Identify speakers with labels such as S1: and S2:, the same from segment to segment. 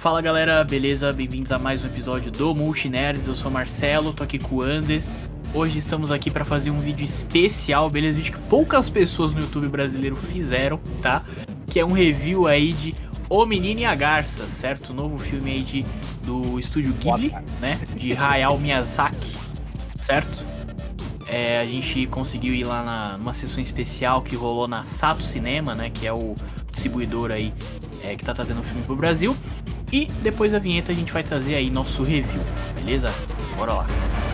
S1: Fala galera, beleza? Bem-vindos a mais um episódio do Multinerds. Eu sou o Marcelo, tô aqui com o Andes. Hoje estamos aqui para fazer um vídeo especial, beleza? Vídeo que poucas pessoas no YouTube brasileiro fizeram, tá? Que é um review aí de O Menino e a Garça, certo? Novo filme aí do estúdio Ghibli, né? De Hayao Miyazaki, certo? A gente conseguiu ir lá numa sessão especial que rolou na Sato Cinema, né? Que é o distribuidor aí que tá trazendo o filme pro Brasil. E depois da vinheta a gente vai trazer aí nosso review, beleza? Bora lá!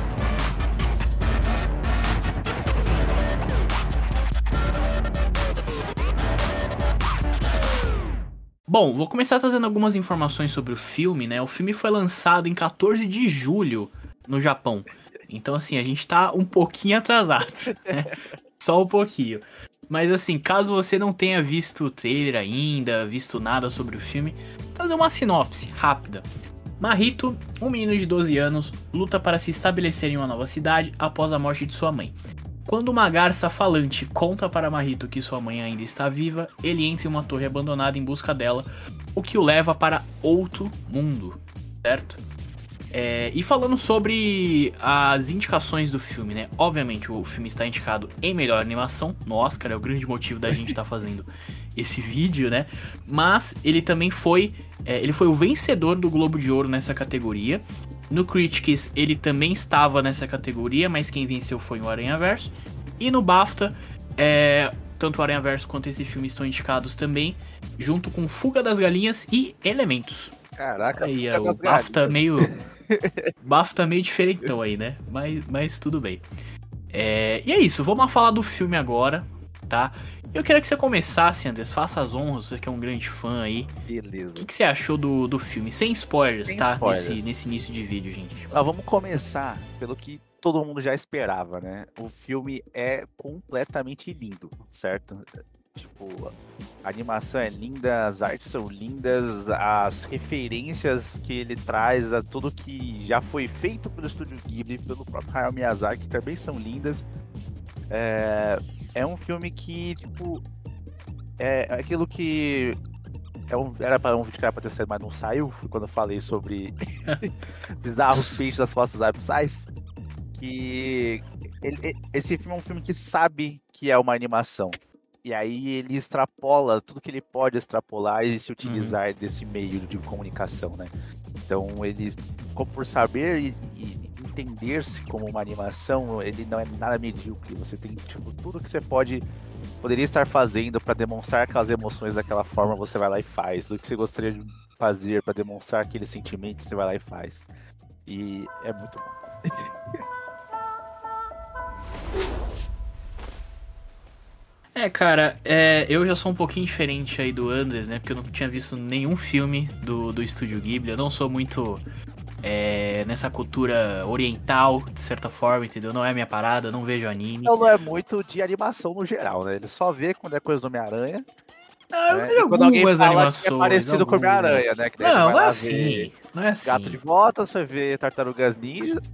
S1: Bom, vou começar trazendo algumas informações sobre o filme, né? O filme foi lançado em 14 de julho no Japão. Então, assim, a gente tá um pouquinho atrasado, né? Só um pouquinho. Mas, assim, caso você não tenha visto o trailer ainda, visto nada sobre o filme, vou trazer uma sinopse rápida. Mahito, um menino de 12 anos, luta para se estabelecer em uma nova cidade após a morte de sua mãe. Quando uma garça falante conta para Mahito que sua mãe ainda está viva, ele entra em uma torre abandonada em busca dela, o que o leva para outro mundo, certo? E falando sobre as indicações do filme, né? Obviamente o filme está indicado em melhor animação no Oscar, é o grande motivo da gente estar fazendo esse vídeo, né? Mas ele também foi o vencedor do Globo de Ouro nessa categoria. No Critics ele também estava nessa categoria, mas quem venceu foi o Aranhaverso. E no BAFTA, tanto o Aranhaverso quanto esse filme estão indicados também, junto com Fuga das Galinhas e Elementos.
S2: Caraca,
S1: aí o BAFTA meio diferentão aí, né? Mas tudo bem. E é isso, vamos falar do filme agora, tá? Eu queria que você começasse, Andrés, faça as honras, você que é um grande fã aí.
S2: Beleza.
S1: O que você achou do filme? Sem spoilers,
S2: Sem
S1: tá?
S2: spoilers.
S1: Nesse início de vídeo, gente.
S2: Vamos começar pelo que todo mundo já esperava, né? O filme é completamente lindo, certo? Tipo, a animação é linda, as artes são lindas, as referências que ele traz a tudo que já foi feito pelo estúdio Ghibli, pelo próprio Hayao Miyazaki, também são lindas. É um filme que, tipo, é aquilo que era para um vídeo que era pra ter saído, mas não saiu. Foi quando eu falei sobre bizarros peixes das fossas abissais. Que esse filme é um filme que sabe que é uma animação. E aí ele extrapola tudo que ele pode extrapolar e se utilizar desse meio de comunicação, né? Então ele, por saber e entender-se como uma animação, ele não é nada medíocre. Você tem, tipo, tudo que você poderia estar fazendo para demonstrar aquelas emoções daquela forma, você vai lá e faz. Tudo que você gostaria de fazer para demonstrar aquele sentimento, você vai lá e faz. E é muito bom.
S1: Cara, eu já sou um pouquinho diferente aí do Andres, né? Porque eu não tinha visto nenhum filme do Estúdio Ghibli. Eu não sou muito nessa cultura oriental, de certa forma, entendeu? Não é minha parada, eu não vejo anime.
S2: Não é muito de animação no geral, né? Ele só vê quando é coisa do Homem-Aranha.
S1: Eu vejo algumas animações.
S2: Que é parecido com o Homem-Aranha, né? Que
S1: não é assim. Não é assim.
S2: Gato de Botas, vai ver Tartarugas Ninjas.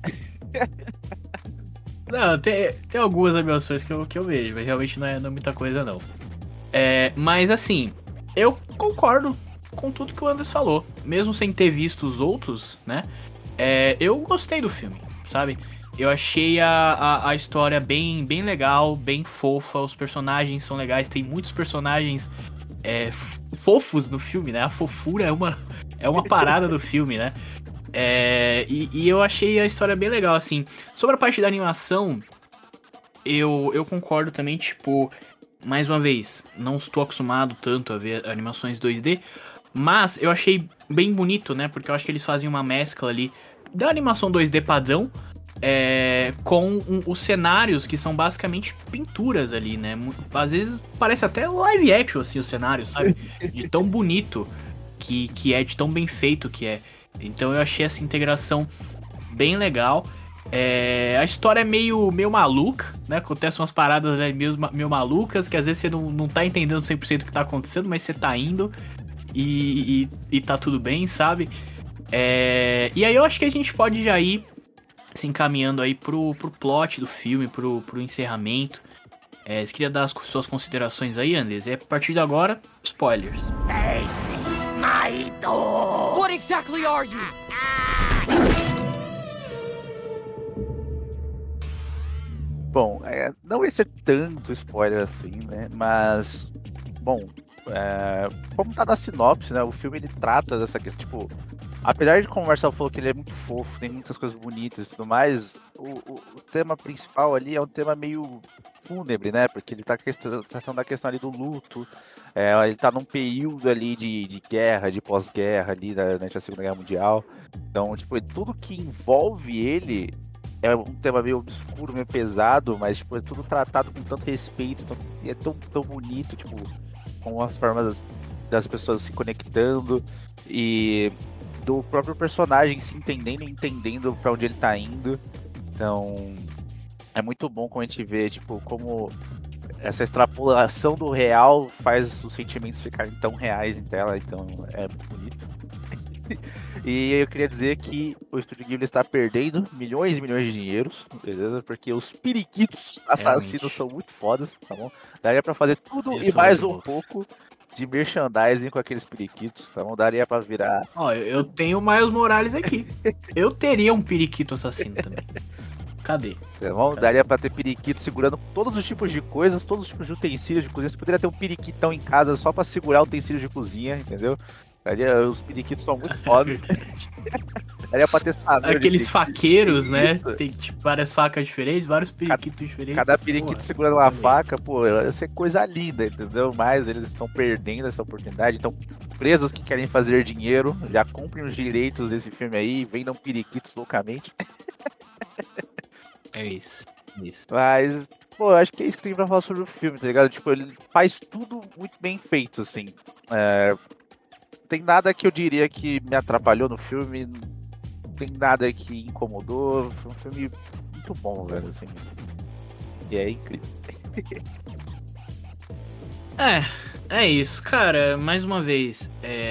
S1: Não, tem algumas animações que eu vejo, mas realmente não é muita coisa, não. Mas assim, eu concordo com tudo que o Andres falou. Mesmo sem ter visto os outros, né? Eu gostei do filme, sabe? Eu achei a história bem legal, bem fofa. Os personagens são legais, tem muitos personagens fofos no filme, né? A fofura é uma parada do filme, né? E eu achei a história bem legal, assim. Sobre a parte da animação, eu concordo também, tipo, mais uma vez, não estou acostumado tanto a ver animações 2D, mas eu achei bem bonito, né? Porque eu acho que eles fazem uma mescla ali da animação 2D padrão com os cenários que são basicamente pinturas ali, né? Às vezes parece até live action, assim, o cenário, sabe? De tão bonito que é, de tão bem feito que é. Então eu achei essa integração bem legal. A história é meio maluca, né? Acontecem umas paradas, né, meio malucas, que às vezes você não tá entendendo 100% o que tá acontecendo, mas você tá indo e tá tudo bem, sabe? E aí eu acho que a gente pode já ir se encaminhando aí pro plot do filme, pro encerramento. Você queria dar as suas considerações aí, Andes? A partir de agora, spoilers.
S3: Save me, my What exactly are you?
S2: Bom, não vai ser tanto spoiler assim, né? Mas, bom, como tá na sinopse, né? O filme ele trata dessa questão, tipo, apesar de como o Marcelo falou que ele é muito fofo, tem muitas coisas bonitas e tudo mais, o tema principal ali é um tema meio fúnebre, né? Porque ele tá tratando da questão ali do luto, ele tá num período ali de guerra, de pós-guerra ali, durante a Segunda Guerra Mundial. Então, tipo, tudo que envolve ele é um tema meio obscuro, meio pesado, mas tipo, é tudo tratado com tanto respeito, é tão bonito, tipo, com as formas das pessoas se conectando e do próprio personagem se entendendo e entendendo pra onde ele tá indo. Então, é muito bom como a gente vê, tipo, como essa extrapolação do real faz os sentimentos ficarem tão reais em tela, então é muito bonito. E eu queria dizer que o Estúdio Ghibli está perdendo milhões e milhões de dinheiros, beleza? Porque os periquitos assassinos
S1: Realmente.
S2: são muito fodas, tá bom? Daria pra fazer tudo
S1: Eles
S2: e
S1: são
S2: mais
S1: muito
S2: um
S1: bons.
S2: pouco de merchandising com aqueles periquitos, tá bom? Daria pra virar...
S1: Ó, eu tenho o Miles Morales aqui. Eu teria um periquito assassino também. Cadê?
S2: Tá bom? Daria pra ter periquito segurando todos os tipos de coisas, todos os tipos de utensílios de cozinha. Você poderia ter um periquitão em casa só pra segurar utensílios de cozinha, entendeu? Os periquitos são muito fodas. Daria pra ter saber.
S1: Aqueles faqueiros, né?
S2: Isso.
S1: Tem tipo, várias facas diferentes, vários periquitos diferentes.
S2: Cada periquito
S1: Porra,
S2: segurando uma
S1: também.
S2: faca, pô, ia ser coisa linda, entendeu? Mas eles estão perdendo essa oportunidade. Então, empresas que querem fazer dinheiro, já comprem os direitos desse filme aí e vendam periquitos loucamente.
S1: É isso.
S2: Mas, pô, eu acho que é isso que tem pra falar sobre o filme, tá ligado? Tipo, ele faz tudo muito bem feito, assim. Tem nada que eu diria que me atrapalhou no filme, não tem nada que incomodou. Foi um filme muito bom, velho, assim. E é incrível.
S1: É isso, cara. Mais uma vez,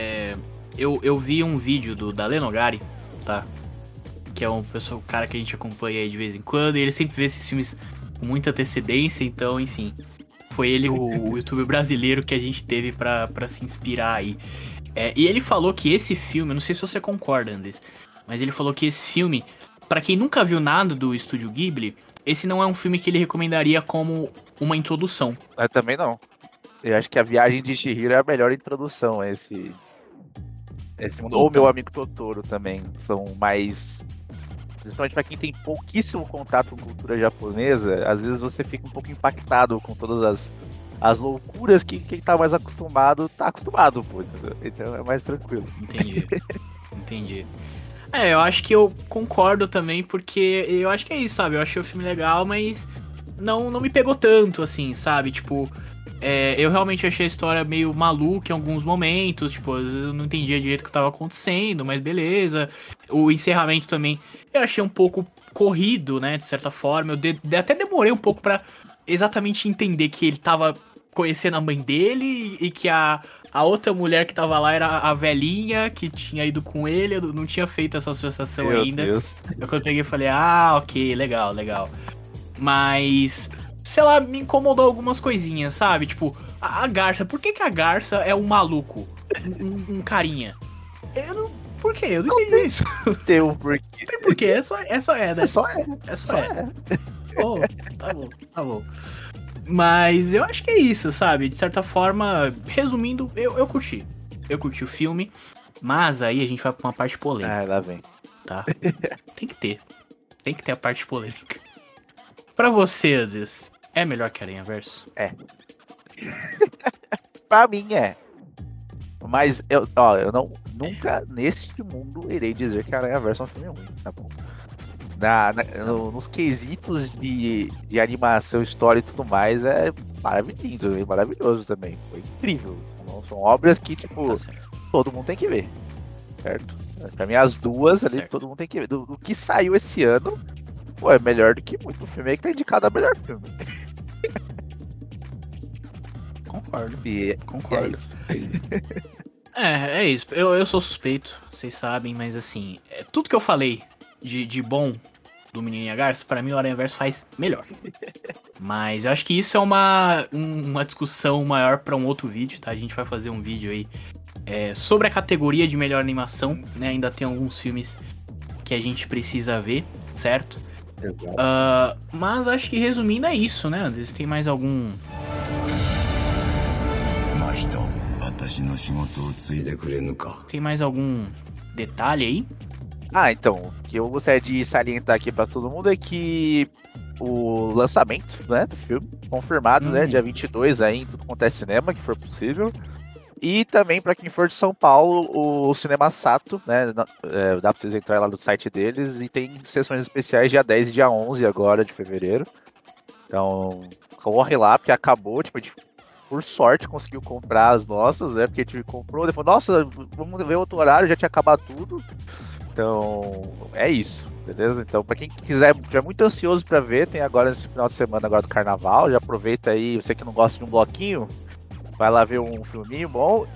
S1: eu vi um vídeo do Dale Nogari, tá? Que é um cara que a gente acompanha aí de vez em quando, e ele sempre vê esses filmes com muita antecedência, então, enfim. Foi ele o youtuber brasileiro que a gente teve pra se inspirar aí. E ele falou que esse filme, eu não sei se você concorda, Andres, mas ele falou que esse filme, pra quem nunca viu nada do Estúdio Ghibli, esse não é um filme que ele recomendaria como uma introdução.
S2: Mas também não. Eu acho que a Viagem de Chihiro é a melhor introdução a esse mundo. Ou
S1: Então.
S2: Meu Amigo Totoro também. São mais... Principalmente pra quem tem pouquíssimo contato com cultura japonesa, às vezes você fica um pouco impactado com todas as loucuras que quem tá mais acostumado, tá acostumado, pô, entendeu? Então é mais tranquilo.
S1: Entendi. Eu acho que eu concordo também, porque eu acho que é isso, sabe? Eu achei o filme legal, mas não me pegou tanto, assim, sabe? Tipo, eu realmente achei a história meio maluca em alguns momentos, tipo, às vezes eu não entendia direito o que tava acontecendo, mas beleza. O encerramento também, eu achei um pouco corrido, né, de certa forma. Eu até demorei um pouco pra exatamente entender que ele tava conhecendo a mãe dele e que a outra mulher que tava lá era a velhinha que tinha ido com ele. Eu não tinha feito essa associação
S2: Meu
S1: ainda.
S2: Deus.
S1: Eu quando peguei falei, ok, legal. Mas, sei lá, me incomodou algumas coisinhas, sabe? Tipo, a garça, por que a garça é um maluco? Um carinha? Por quê? Eu não entendi isso.
S2: Tem um porquê.
S1: Não tem porquê, né?
S2: É só é.
S1: Oh, tá bom. Mas eu acho que é isso, sabe? De certa forma, resumindo, eu curti. Eu curti o filme, mas aí a gente vai pra uma parte polêmica,
S2: Ah, lá vem.
S1: tá? Tem que ter a parte polêmica. Pra você, Andres, é melhor que Aranha Verso?
S2: Pra mim é. Mas eu nunca neste mundo irei dizer que Aranha Verso é um filme ruim, tá bom? Nos quesitos de animação, história e tudo mais, é maravilhoso também. Foi incrível. São obras que, tipo,
S1: Tá certo.
S2: todo mundo tem que ver, certo? Pra mim, as duas ali,
S1: Certo.
S2: todo mundo tem que ver. Do que saiu esse ano, pô, é melhor do que muito filme aí que tá indicado a melhor filme.
S1: Concordo.
S2: E
S1: Concordo.
S2: é isso.
S1: É isso. Eu sou suspeito, vocês sabem, mas assim, tudo que eu falei de bom do Menino e a Garça, pra mim o Aranha Verso faz melhor. Mas eu acho que isso é uma discussão maior pra um outro vídeo, tá? A gente vai fazer um vídeo aí Sobre a categoria de melhor animação, né? Ainda tem alguns filmes que a gente precisa ver, certo?
S2: Exato.
S1: Mas acho que resumindo é isso, né, Andres? Tem mais algum... Tem mais algum detalhe aí?
S2: Então, o que eu gostaria de salientar aqui pra todo mundo é que o lançamento, né, do filme, confirmado, né, dia 22 aí em tudo quanto é cinema, que for possível. E também, pra quem for de São Paulo, o Cinema Sato, né, dá pra vocês entrarem lá no site deles e tem sessões especiais dia 10 e dia 11 agora de fevereiro. Então, corre lá, porque acabou, tipo, a gente, por sorte, conseguiu comprar as nossas, né, porque a gente comprou, depois falou, nossa, vamos ver outro horário, já tinha acabado tudo. Então, é isso, beleza? Então, pra quem estiver muito ansioso pra ver, tem agora nesse final de semana agora do Carnaval, já aproveita aí, você que não gosta de um bloquinho, vai lá ver um filminho bom.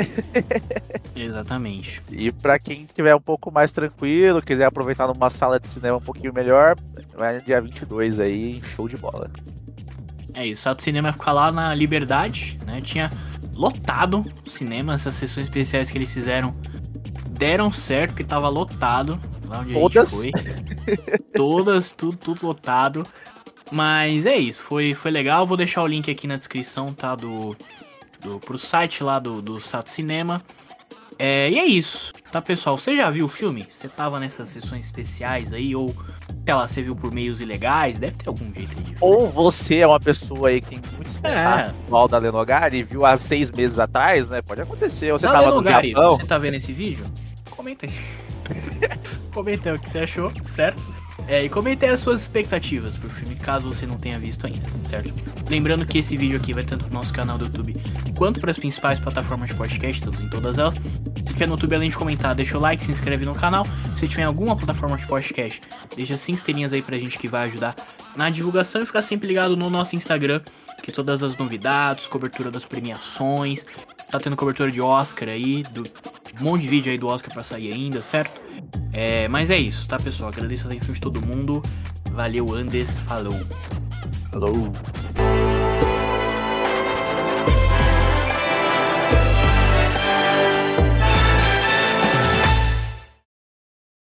S1: Exatamente.
S2: E pra quem estiver um pouco mais tranquilo, quiser aproveitar numa sala de cinema um pouquinho melhor, vai no dia 22 aí, show de bola.
S1: É isso, o Sato Cinema fica lá na Liberdade, né? Tinha lotado o cinema, essas sessões especiais que eles fizeram deram certo, porque tava lotado lá onde
S2: Todas?
S1: a gente foi. Todas, tudo lotado. Mas é isso, foi legal. Vou deixar o link aqui na descrição, tá? Pro site lá do Sato Cinema. E é isso, tá, pessoal? Você já viu o filme? Você tava nessas sessões especiais aí? Ou, sei lá, você viu por meios ilegais? Deve ter algum jeito aí de ver.
S2: Ou você é uma pessoa aí que tem muito espetáculo igual da Lenogari e viu há 6 meses atrás, né? Pode acontecer. Ou você tava
S1: Lenogari,
S2: no Japão.
S1: você tá vendo esse vídeo? Comenta aí. Comenta aí o que você achou, certo? E comenta aí as suas expectativas pro filme, caso você não tenha visto ainda, certo? Lembrando que esse vídeo aqui vai tanto pro nosso canal do YouTube quanto para as principais plataformas de podcast, estamos em todas elas. Se tiver no YouTube, além de comentar, deixa o like, se inscreve no canal. Se tiver em alguma plataforma de podcast, deixa 5 estrelinhas aí pra gente que vai ajudar na divulgação e ficar sempre ligado no nosso Instagram, que todas as novidades, cobertura das premiações, tá tendo cobertura de Oscar aí, um monte de vídeo aí do Oscar pra sair ainda, certo? Mas é isso, tá, pessoal? Agradeço a atenção de todo mundo. Valeu, Andes. Falou.
S2: Falou.